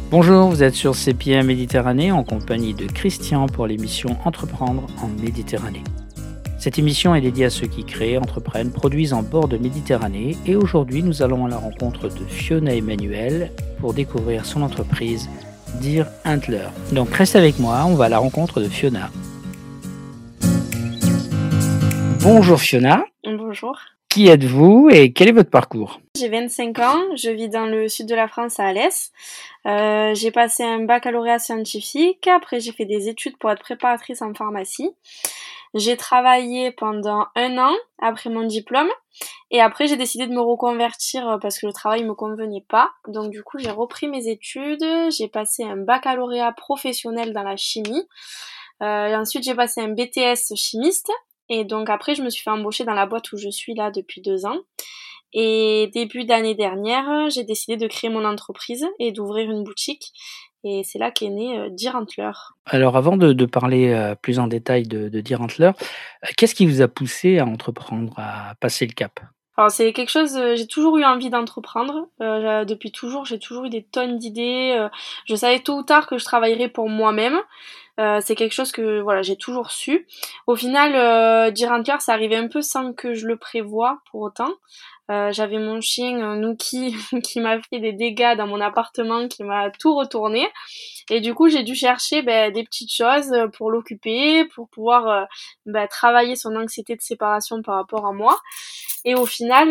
Bonjour, vous êtes sur CPM Méditerranée en compagnie de Christian pour l'émission Entreprendre en Méditerranée. Cette émission est dédiée à ceux qui créent, entreprennent, produisent en bord de Méditerranée et aujourd'hui nous allons à la rencontre de Fiona Emmanuel pour découvrir son entreprise Deer Antler. Donc reste avec moi, on va à la rencontre de Fiona. Bonjour Fiona. Bonjour. Qui êtes-vous et quel est votre parcours ? J'ai 25 ans, je vis dans le sud de la France à Alès. J'ai passé un baccalauréat scientifique, après j'ai fait des études pour être préparatrice en pharmacie. J'ai travaillé pendant 1 an après mon diplôme et après j'ai décidé de me reconvertir parce que le travail me convenait pas. Donc du coup j'ai repris mes études, j'ai passé un baccalauréat professionnel dans la chimie. Et ensuite j'ai passé un BTS chimiste. Et donc après, je me suis fait embaucher dans la boîte où je suis là depuis 2 ans. Et début d'année dernière, j'ai décidé de créer mon entreprise et d'ouvrir une boutique. Et c'est là qu'est né Deer Antler. Alors avant de parler plus en détail de Deer Antler, qu'est-ce qui vous a poussé à entreprendre, à passer le cap ? Alors c'est quelque chose, j'ai toujours eu envie d'entreprendre. Depuis toujours, j'ai toujours eu des tonnes d'idées. Je savais tôt ou tard que je travaillerais pour moi-même. C'est quelque chose que voilà, j'ai toujours su. Au final, Deer Antler, ça arrivait un peu sans que je le prévoie pour autant. J'avais mon chien Nookie qui m'a fait des dégâts dans mon appartement, qui m'a tout retourné. Et du coup, j'ai dû chercher des petites choses pour l'occuper, pour pouvoir travailler son anxiété de séparation par rapport à moi. Et au final,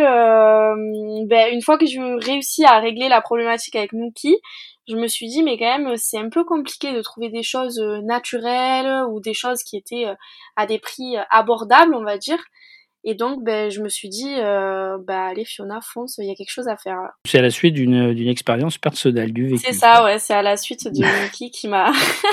une fois que j'ai réussi à régler la problématique avec Nookie, je me suis dit mais quand même c'est un peu compliqué de trouver des choses naturelles ou des choses qui étaient à des prix abordables, on va dire. Et donc je me suis dit allez Fiona, fonce, il y a quelque chose à faire. C'est à la suite d'une expérience personnelle, du vécu. C'est ça, ouais, c'est à la suite de Nookie qui m'a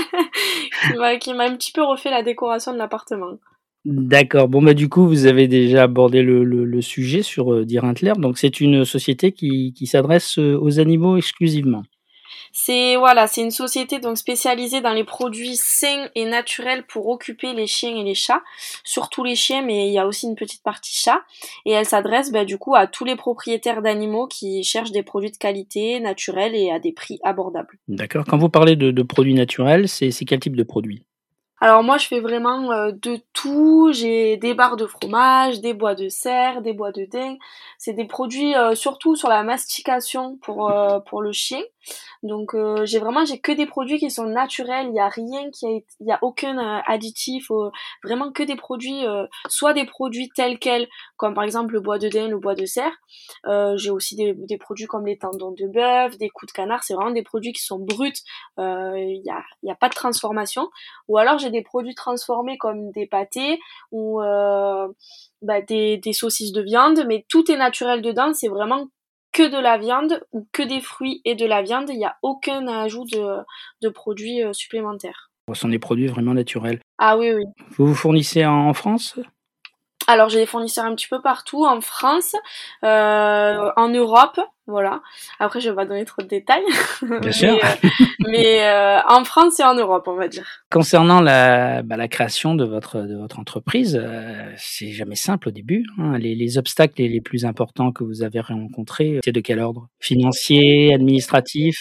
qui m'a un petit peu refait la décoration de l'appartement. D'accord. Bon, du coup, vous avez déjà abordé le sujet sur Deer Antler. Donc, c'est une société qui s'adresse aux animaux exclusivement. C'est une société donc spécialisée dans les produits sains et naturels pour occuper les chiens et les chats, surtout les chiens, mais il y a aussi une petite partie chat. Et elle s'adresse du coup à tous les propriétaires d'animaux qui cherchent des produits de qualité, naturels et à des prix abordables. D'accord. Quand vous parlez de produits naturels, c'est quel type de produit ? Alors moi je fais vraiment de tout, j'ai des barres de fromage, des bois de serre, des bois de daim, c'est des produits surtout sur la mastication pour le chien. Donc j'ai que des produits qui sont naturels, il y a rien il y a aucun additif, vraiment que des produits soit des produits tels quels comme par exemple le bois de daim, le bois de serre. J'ai aussi des produits comme les tendons de bœuf, des coups de canard, c'est vraiment des produits qui sont bruts, il y a pas de transformation. Ou alors j'ai des produits transformés comme des pâtés ou des saucisses de viande, mais tout est naturel dedans, c'est vraiment que de la viande ou que des fruits et de la viande, il n'y a aucun ajout de produits supplémentaires. Ce sont des produits vraiment naturels. Ah oui, oui. Vous vous fournissez en France ? Alors j'ai des fournisseurs un petit peu partout, en France, en Europe, voilà. Après je vais pas donner trop de détails, Bien sûr. mais en France et en Europe, on va dire. Concernant la création de votre entreprise, c'est jamais simple au début, hein. Les obstacles les plus importants que vous avez rencontrés, c'est de quel ordre ? Financier, administratif ?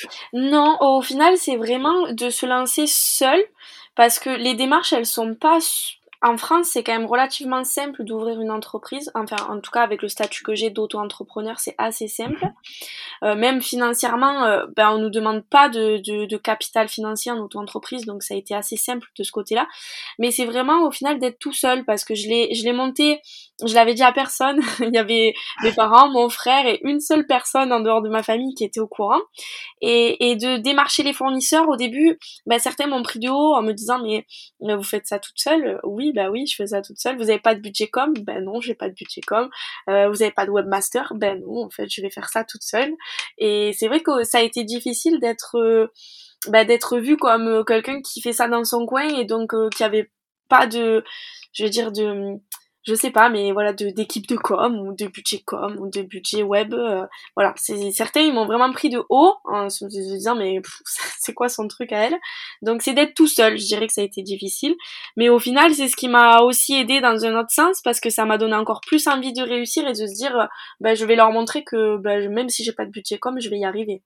Non, au final, c'est vraiment de se lancer seul, parce que les démarches, elles sont pas... En France, c'est quand même relativement simple d'ouvrir une entreprise. Enfin, en tout cas, avec le statut que j'ai d'auto-entrepreneur, c'est assez simple. Même financièrement, on nous demande pas de capital financier en auto-entreprise, donc ça a été assez simple de ce côté-là. Mais c'est vraiment au final d'être tout seul, parce que je l'ai monté, je l'avais dit à personne. Il y avait mes parents, mon frère et une seule personne en dehors de ma famille qui était au courant. Et de démarcher les fournisseurs au début, certains m'ont pris de haut en me disant mais vous faites ça toute seule ? Oui, je fais ça toute seule. Vous avez pas de budget com ? Ben non, j'ai pas de budget com. Vous avez pas de webmaster ? Ben non, en fait, je vais faire ça toute seule. Et c'est vrai que ça a été difficile d'être vu comme quelqu'un qui fait ça dans son coin et donc qui avait pas de, je sais pas, mais voilà, d'équipe de com ou de budget com ou de budget web. Voilà, certains ils m'ont vraiment pris de haut en se disant mais c'est quoi son truc à elle. Donc c'est d'être tout seul, je dirais que ça a été difficile, mais au final c'est ce qui m'a aussi aidé dans un autre sens parce que ça m'a donné encore plus envie de réussir et de se dire je vais leur montrer que même si j'ai pas de budget com, je vais y arriver.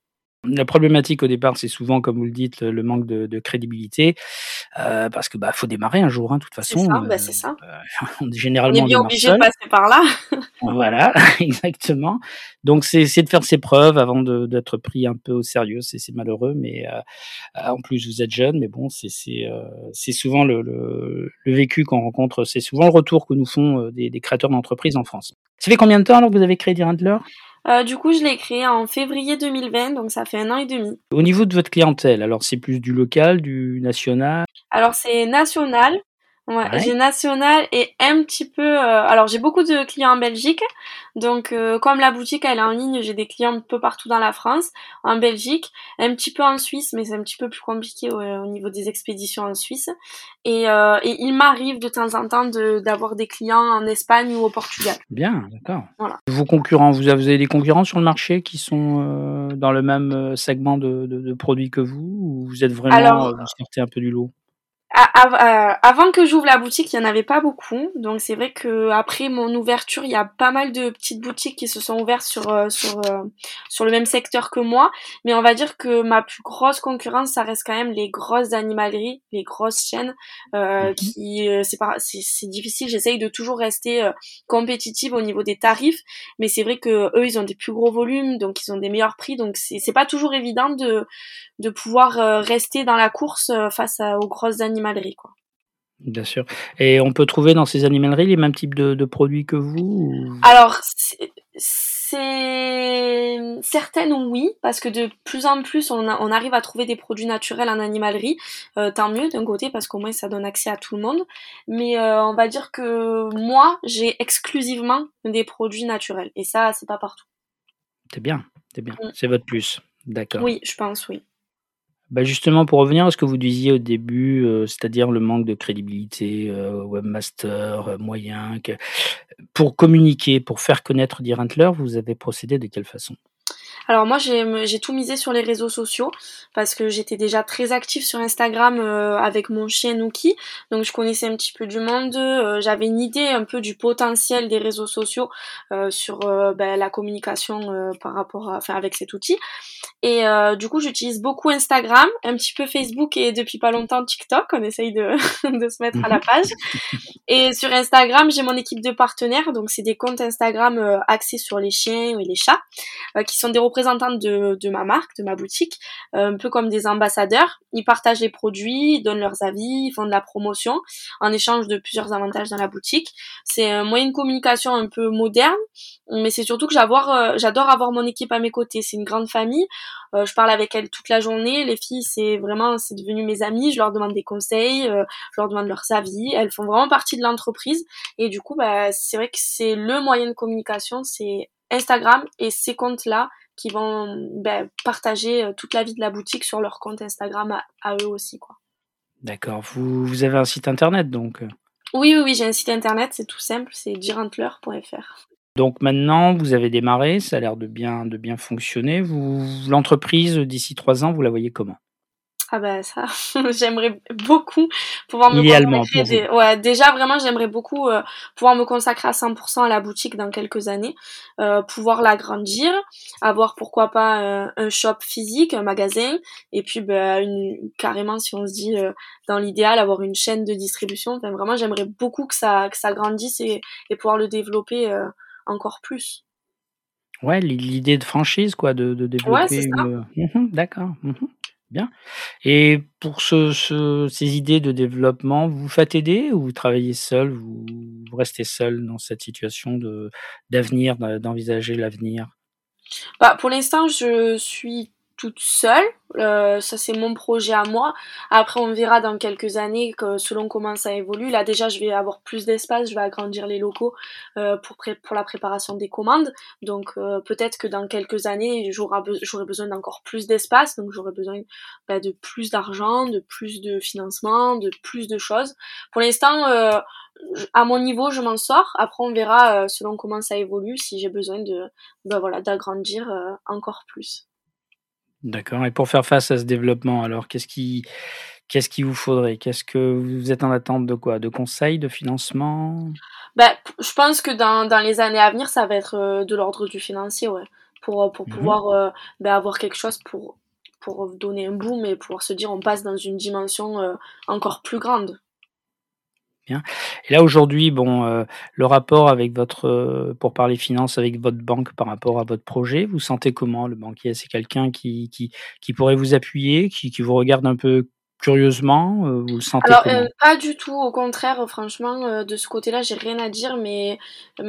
La problématique au départ, c'est souvent, comme vous le dites, le manque de crédibilité, parce que, bah, faut démarrer un jour, hein, de toute C'est ça, façon, bah, c'est ça. On est généralement on bien démarre obligé de seul. passer par là. Voilà, exactement. Donc c'est de faire ses preuves avant d'être pris un peu au sérieux. C'est malheureux, mais en plus vous êtes jeune, mais bon, c'est souvent le vécu qu'on rencontre, c'est souvent le retour que nous font, des créateurs d'entreprises en France. Ça fait combien de temps alors que vous avez créé Dirindler? Du coup, je l'ai créé en février 2020, donc ça fait 1 an et demi. Au niveau de votre clientèle, alors c'est plus du local, du national? Alors c'est national. Ouais, Ouais. j'ai national et un petit peu. Alors j'ai beaucoup de clients en Belgique, donc comme la boutique elle est en ligne, j'ai des clients un peu partout dans la France, en Belgique, un petit peu en Suisse, mais c'est un petit peu plus compliqué au niveau des expéditions en Suisse. Et il m'arrive de temps en temps d'avoir des clients en Espagne ou au Portugal. Bien, d'accord. Voilà. Vos concurrents, vous avez des concurrents sur le marché qui sont, dans le même, segment de produits que vous? Ou vous êtes vraiment, Alors vous sortez un peu du lot? Avant que j'ouvre la boutique, il y en avait pas beaucoup. Donc c'est vrai que après mon ouverture, il y a pas mal de petites boutiques qui se sont ouvertes sur le même secteur que moi. Mais on va dire que ma plus grosse concurrence, ça reste quand même les grosses animaleries, les grosses chaînes, Mmh. qui c'est difficile. J'essaye de toujours rester compétitive au niveau des tarifs, mais c'est vrai que eux, ils ont des plus gros volumes, donc ils ont des meilleurs prix. Donc c'est pas toujours évident de pouvoir rester dans la course aux grosses animaleries, quoi. Bien sûr, et on peut trouver dans ces animaleries les mêmes types de produits que vous ou? Alors, certaines oui, parce que de plus en plus on arrive à trouver des produits naturels en animalerie, tant mieux d'un côté parce qu'au moins ça donne accès à tout le monde. Mais on va dire que moi j'ai exclusivement des produits naturels et ça c'est pas partout. C'est bien, c'est bien, Mm. c'est votre plus. D'accord. Oui, je pense oui. Bah, justement pour revenir à ce que vous disiez au début, c'est-à-dire le manque de crédibilité, webmaster, moyen que pour communiquer, pour faire connaître Dirindler, vous avez procédé de quelle façon? Alors moi j'ai tout misé sur les réseaux sociaux parce que j'étais déjà très active sur Instagram avec mon chien Nuki, donc je connaissais un petit peu du monde, j'avais une idée un peu du potentiel des réseaux sociaux sur la communication par rapport à, enfin avec cet outil. Et du coup, j'utilise beaucoup Instagram, un petit peu Facebook et depuis pas longtemps TikTok. On essaye de, de se mettre à la Mmh. page. Et sur Instagram, j'ai mon équipe de partenaires. Donc, c'est des comptes Instagram axés sur les chiens et les chats, qui sont des représentants de ma marque, de ma boutique, un peu comme des ambassadeurs. Ils partagent les produits, ils donnent leurs avis, ils font de la promotion en échange de plusieurs avantages dans la boutique. C'est un moyen de communication un peu moderne, mais c'est surtout que j'adore avoir mon équipe à mes côtés. C'est une grande famille. Je parle avec elles toute la journée. Les filles, c'est devenu mes amies. Je leur demande des conseils, je leur demande leurs avis. Elles font vraiment partie de l'entreprise. Et du coup, bah, c'est vrai que c'est le moyen de communication, c'est Instagram et ces comptes-là qui vont partager toute la vie de la boutique sur leur compte Instagram à eux aussi, quoi. D'accord, vous avez un site internet donc? Oui, oui, oui, j'ai un site internet, c'est tout simple, c'est dirantler.fr. Donc maintenant, vous avez démarré, ça a l'air de bien fonctionner. L'entreprise, d'ici 3 ans, vous la voyez comment? Ah bah ça, j'aimerais beaucoup pouvoir me Idéalement consacrer pour vous? ouais, déjà vraiment j'aimerais beaucoup pouvoir me consacrer à 100% à la boutique dans quelques années, pouvoir l'agrandir, avoir pourquoi pas un shop physique, un magasin, et puis bah, carrément si on se dit dans l'idéal avoir une chaîne de distribution. Enfin vraiment j'aimerais beaucoup que ça grandisse et pouvoir le développer encore plus. Ouais, l'idée de franchise quoi, de Ouais, c'est développer ça. d'accord, bien, et pour ces idées de développement, vous vous faites aider ou vous travaillez seul? Vous restez seul dans cette situation d'avenir, d'envisager l'avenir? Bah, pour l'instant, je suis toute seule. Ça, c'est mon projet à moi. Après, on verra dans quelques années que selon comment ça évolue. Là, déjà, je vais avoir plus d'espace. Je vais agrandir les locaux pour la préparation des commandes. Donc, peut-être que dans quelques années, j'aurai besoin d'encore plus d'espace. Donc, j'aurai besoin de plus d'argent, de plus de financement, de plus de choses. Pour l'instant, à mon niveau, je m'en sors. Après, on verra selon comment ça évolue, si j'ai besoin voilà, d'agrandir encore plus. D'accord, et pour faire face à ce développement alors, qu'est-ce qu'il vous faudrait? Qu'est-ce que vous êtes en attente de quoi? De conseils, de financement? Bah, je pense que dans les années à venir, ça va être de l'ordre du financier, ouais. pour Mmh. pouvoir avoir quelque chose pour donner un boom et pouvoir se dire on passe dans une dimension encore plus grande. Bien. Et là aujourd'hui, bon, le rapport avec votre, pour parler finances avec votre banque par rapport à votre projet, vous sentez comment le banquier? C'est quelqu'un qui pourrait vous appuyer, qui vous regarde un peu curieusement, vous le sentez Alors, comment? pas du tout, au contraire, franchement, de ce côté-là, j'ai rien à dire, mais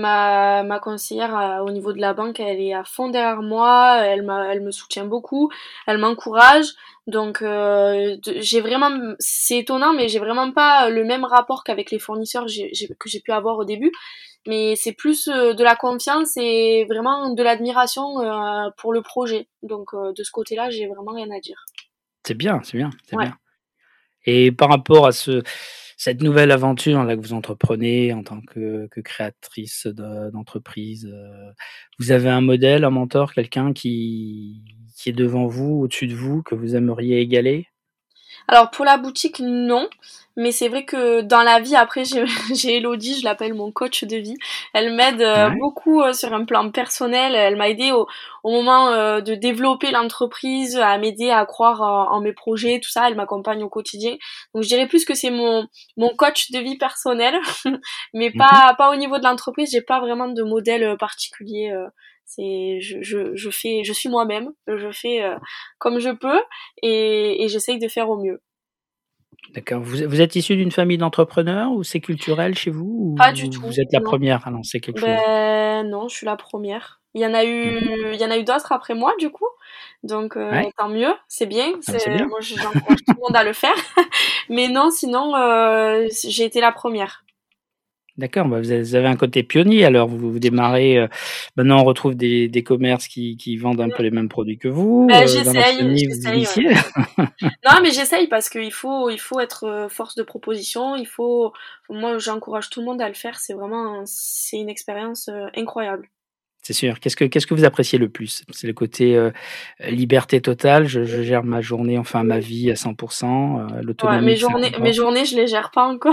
ma conseillère, au niveau de la banque, elle est à fond derrière moi, elle me soutient beaucoup, elle m'encourage, donc j'ai vraiment, c'est étonnant, mais j'ai vraiment pas le même rapport qu'avec les fournisseurs que j'ai pu avoir au début, mais c'est plus de la confiance et vraiment de l'admiration pour le projet. Donc de ce côté-là, j'ai vraiment rien à dire. C'est bien, c'est bien, c'est Ouais. bien. Et par rapport à cette nouvelle aventure là que vous entreprenez en tant que créatrice d'entreprise, vous avez un modèle, un mentor, quelqu'un qui est devant vous, au-dessus de vous, que vous aimeriez égaler? Alors pour la boutique, non. Mais c'est vrai que dans la vie, après, j'ai j'ai Elodie, je l'appelle mon coach de vie. Elle m'aide Ouais. beaucoup sur un plan personnel. Elle m'a aidé au moment de développer l'entreprise, à m'aider à croire en mes projets, tout ça. Elle m'accompagne au quotidien. Donc je dirais plus que c'est mon coach de vie personnel, mais Mmh. pas au niveau de l'entreprise. J'ai pas vraiment de modèle particulier. C'est je suis moi-même. Je fais comme je peux et j'essaye de faire au mieux. D'accord. Vous êtes issu d'une famille d'entrepreneurs ou c'est culturel chez vous Pas du ou tout, vous êtes la non. première à lancer quelque chose? Ben non, je suis la première. Mmh. Il y en a eu d'autres après moi du coup, donc Ouais? tant mieux, c'est bien, Ah bah, c'est bien. j'encourage tout le monde à le faire. Mais non, sinon, j'ai été la première. D'accord, bah, vous avez un côté pionnier alors, vous démarrez, maintenant on retrouve des commerces qui vendent un peu les mêmes produits que vous, Ben dans votre famille vous j'essaye, ouais. initiez. Non, mais j'essaye parce qu'il faut être force de proposition. Moi, j'encourage tout le monde à le faire. C'est une expérience incroyable. C'est sûr. Qu'est-ce que vous appréciez le plus? C'est le côté, liberté totale, je gère ma journée, enfin ma vie à 100 Ouais, l'autonomie que ça mes comporte? journées, je les gère pas encore.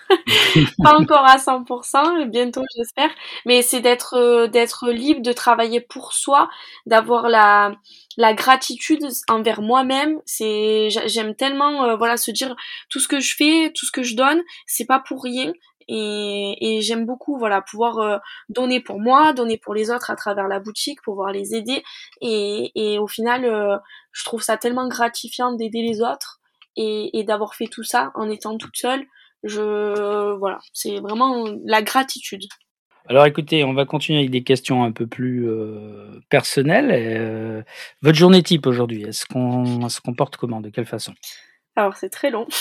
Pas encore à 100 et bientôt j'espère, mais c'est d'être libre, de travailler pour soi, d'avoir la gratitude envers moi-même. J'aime tellement voilà se dire tout ce que je fais, tout ce que je donne, c'est pas pour rien et j'aime beaucoup voilà pouvoir donner pour moi, donner pour les autres à travers la boutique, pouvoir les aider et au final je trouve ça tellement gratifiant d'aider les autres et d'avoir fait tout ça en étant toute seule. Voilà, c'est vraiment la gratitude. Alors écoutez, on va continuer avec des questions un peu plus, personnelles, votre journée type aujourd'hui, elle se comporte comment? De quelle façon? Alors c'est très long.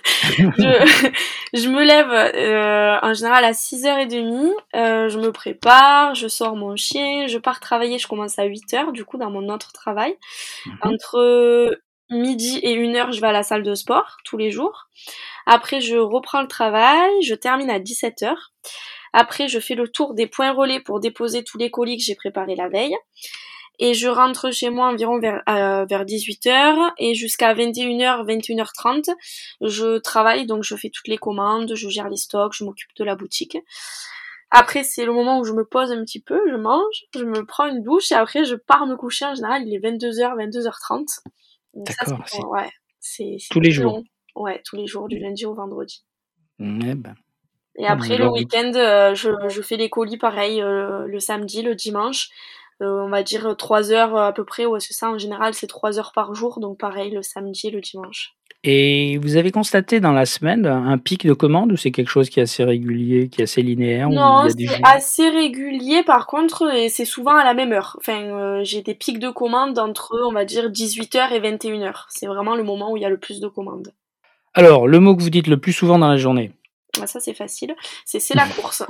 Je je me lève, en général à 6h30, je me prépare, je sors mon chien, je pars travailler, je commence à 8h du coup dans mon autre travail. Mmh. Entre midi et 1h, je vais à la salle de sport tous les jours. Après je reprends le travail, je termine à 17h. Après je fais le tour des points relais pour déposer tous les colis que j'ai préparés la veille. Et je rentre chez moi environ vers 18h et jusqu'à 21h, 21h30, je travaille, donc je fais toutes les commandes, je gère les stocks, je m'occupe de la boutique. Après, c'est le moment où je me pose un petit peu, je mange, je me prends une douche et après je pars me coucher. En général, il est 22h, 22h30. Donc ça, D'accord, c'est ouais, c'est tous les très jours? long. Ouais, tous les jours, du lundi au vendredi. Eh ben, Et mmh, après, le alors du week-end, je fais les colis pareil, le samedi, le dimanche. On va dire 3 heures à peu près, ouais, c'est ça, en général, c'est 3 heures par jour, donc pareil, le samedi et le dimanche. et vous avez constaté dans la semaine un pic de commandes ou c'est quelque chose qui est assez régulier, qui est assez linéaire, où il Non, y a des c'est jours assez régulier par contre, et c'est souvent à la même heure. Enfin, j'ai des pics de commandes entre, on va dire, 18h et 21h. C'est vraiment le moment où il y a le plus de commandes. alors le mot que vous dites le plus souvent dans la journée? Ah, ça, c'est facile, c'est la course.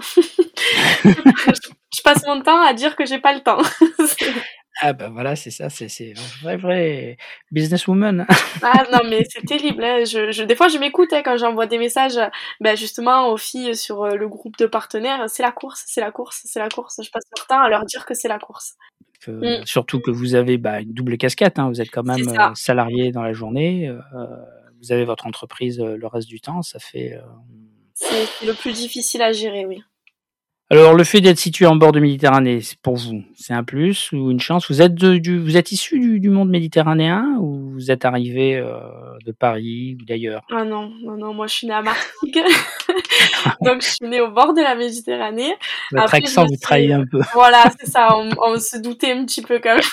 Je passe mon temps à dire que j'ai pas le temps. Ah bah, voilà, c'est ça, c'est vrai businesswoman. Ah non, mais c'est terrible, hein. Des fois, je m'écoute hein, quand j'envoie des messages justement aux filles sur le groupe de partenaires. C'est la course, c'est la course, c'est la course. Je passe mon temps à leur dire que c'est la course. Mm, Surtout que vous avez, bah, une double casquette, hein. Vous êtes quand c'est même, ça. salarié dans la journée, vous avez votre entreprise, le reste du temps, ça fait, C'est le plus difficile à gérer, oui. Alors, le fait d'être situé en bord de Méditerranée, c'est pour vous, c'est un plus ou une chance? Vous êtes issu du monde méditerranéen ou vous êtes arrivé de Paris ou d'ailleurs? Ah non, non, non, moi je suis née à Martigues, donc je suis née au bord de la Méditerranée. Votre Après, je accent me vous suis... trahit un peu. Voilà, c'est ça, on se doutait un petit peu quand même.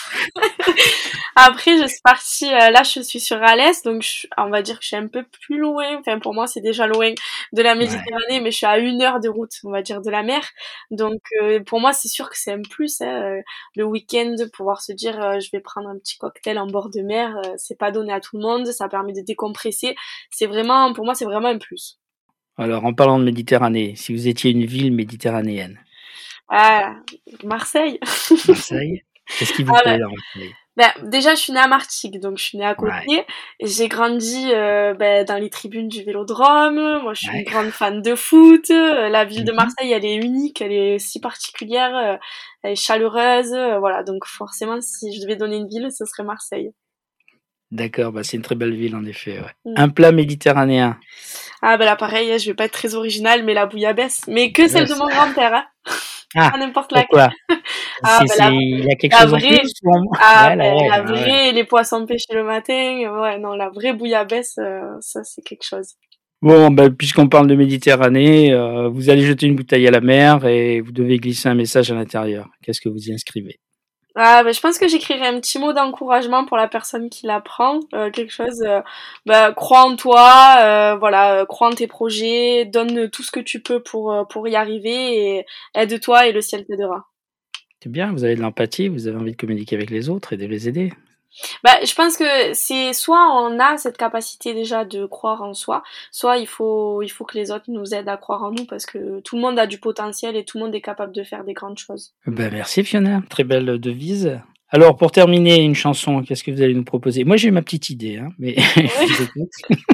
Après, je suis partie, là je suis sur Alès, donc on va dire que je suis un peu plus loin, enfin pour moi c'est déjà loin de la Ouais. Méditerranée, mais je suis à 1 heure de route, on va dire, de la mer. Donc pour moi c'est sûr que c'est un plus, hein, le week-end, pouvoir se dire je vais prendre un petit cocktail en bord de mer, c'est pas donné à tout le monde, ça permet de décompresser. C'est vraiment, pour moi c'est vraiment un plus. Alors, en parlant de Méditerranée, si vous étiez une ville méditerranéenne, Ah, Marseille. Marseille, qu'est-ce qui vous Ah plaît ben, dans Marseille? déjà je suis née à Martigues, donc je suis née à Ouais, côté. Et j'ai grandi dans les tribunes du Vélodrome. Moi je suis une ouais. grande fan de foot. La ville de Mmh. Marseille elle est unique, elle est si particulière, elle est chaleureuse. Voilà, donc forcément si je devais donner une ville, ce serait Marseille. D'accord, bah, c'est une très belle ville en effet, ouais. Mm. Un plat méditerranéen? Ah ben là pareil, je vais pas être très originale, mais la bouillabaisse. Mais que celle de Yes. mon grand-père, hein. Ah! Pas n'importe laquelle. Pourquoi? Ah ben Il y a quelque la chose en vraie. plus ou en moins? Ah Ouais, la ben vraie, la ah ouais. vraie, les poissons pêchés le matin, ouais non, la vraie bouillabaisse, ça c'est quelque chose. Bon, bah, puisqu'on parle de Méditerranée, vous allez jeter une bouteille à la mer et vous devez glisser un message à l'intérieur. Qu'est-ce que vous y inscrivez? Ah ben je pense que j'écrirai un petit mot d'encouragement pour la personne qui la prend, quelque chose, crois en toi, voilà, crois en tes projets, donne tout ce que tu peux pour y arriver et aide-toi et le ciel t'aidera. C'est bien, vous avez de l'empathie, vous avez envie de communiquer avec les autres et de les aider. Bah, je pense que c'est soit on a cette capacité déjà de croire en soi, soit il faut que les autres nous aident à croire en nous parce que tout le monde a du potentiel et tout le monde est capable de faire des grandes choses. Bah, merci Fiona, très belle devise. Alors pour terminer, une chanson, qu'est-ce que vous allez nous proposer? Moi j'ai ma petite idée, hein, mais je vous écoute.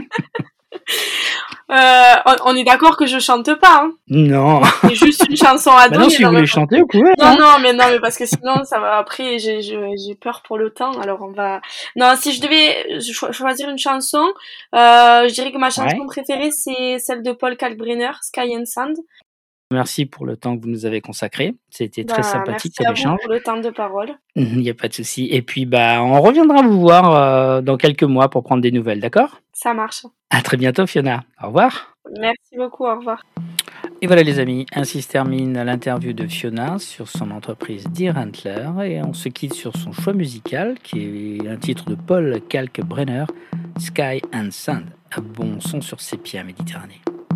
On est d'accord que je chante pas, hein. Non! C'est juste une chanson à Bah non, donner, si vous non mais voulez chanter, vous pouvez, non, hein. non, mais parce que sinon ça va après j'ai peur pour le temps, alors on va. Non, si je devais choisir une chanson, je dirais que ma chanson Ouais. préférée c'est celle de Paul Kalkbrenner, Sky and Sand. Merci pour le temps que vous nous avez consacré. C'était très Bah, sympathique merci comme à vous échange. pour le temps de parole. Il n'y a pas de souci. Et puis, bah, on reviendra vous voir dans quelques mois pour prendre des nouvelles, d'accord? Ça marche. À très bientôt, Fiona. Au revoir. Merci beaucoup, au revoir. Et voilà, les amis, ainsi se termine l'interview de Fiona sur son entreprise Deer Antler. Et on se quitte sur son choix musical, qui est un titre de Paul Kalkbrenner, Sky and Sand. Un bon son sur ses pieds à Méditerranée.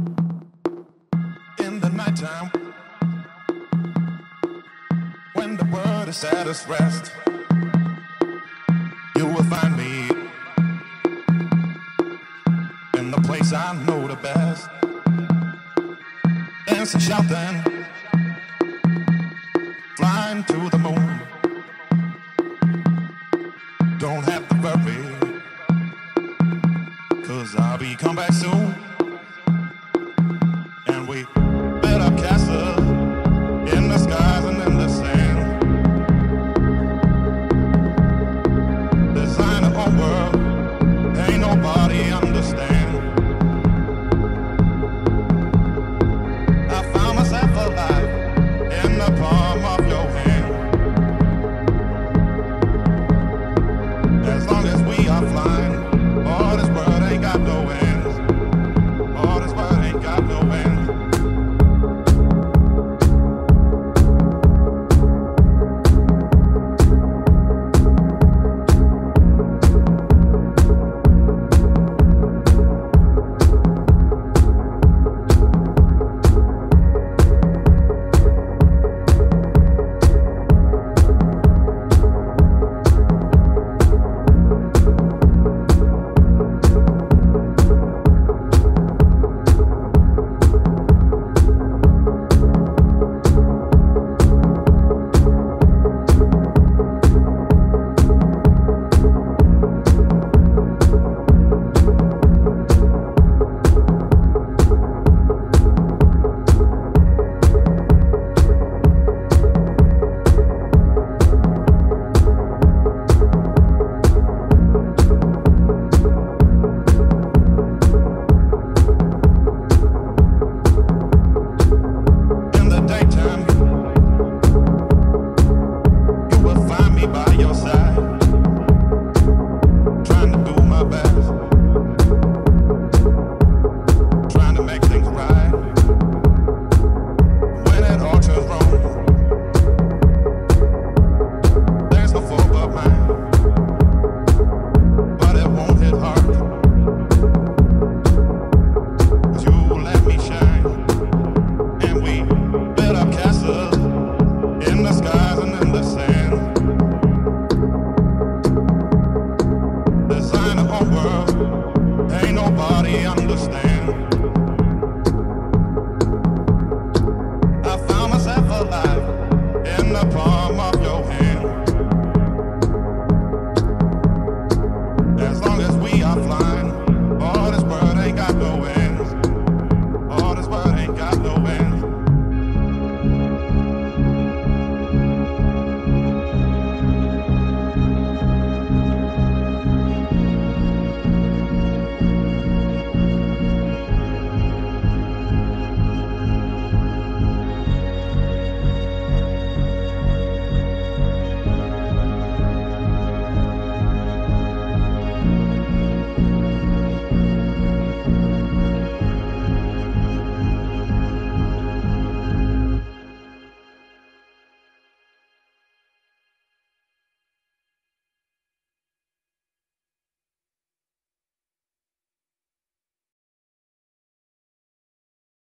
In the nighttime, when the world is at its rest, you will find me in the place I know the best. Dancing, shouting, flying to the moon. Don't have to worry, 'cause I'll be come back soon. And we built our castle in the skies and in the sand. Design our own world, ain't nobody understand.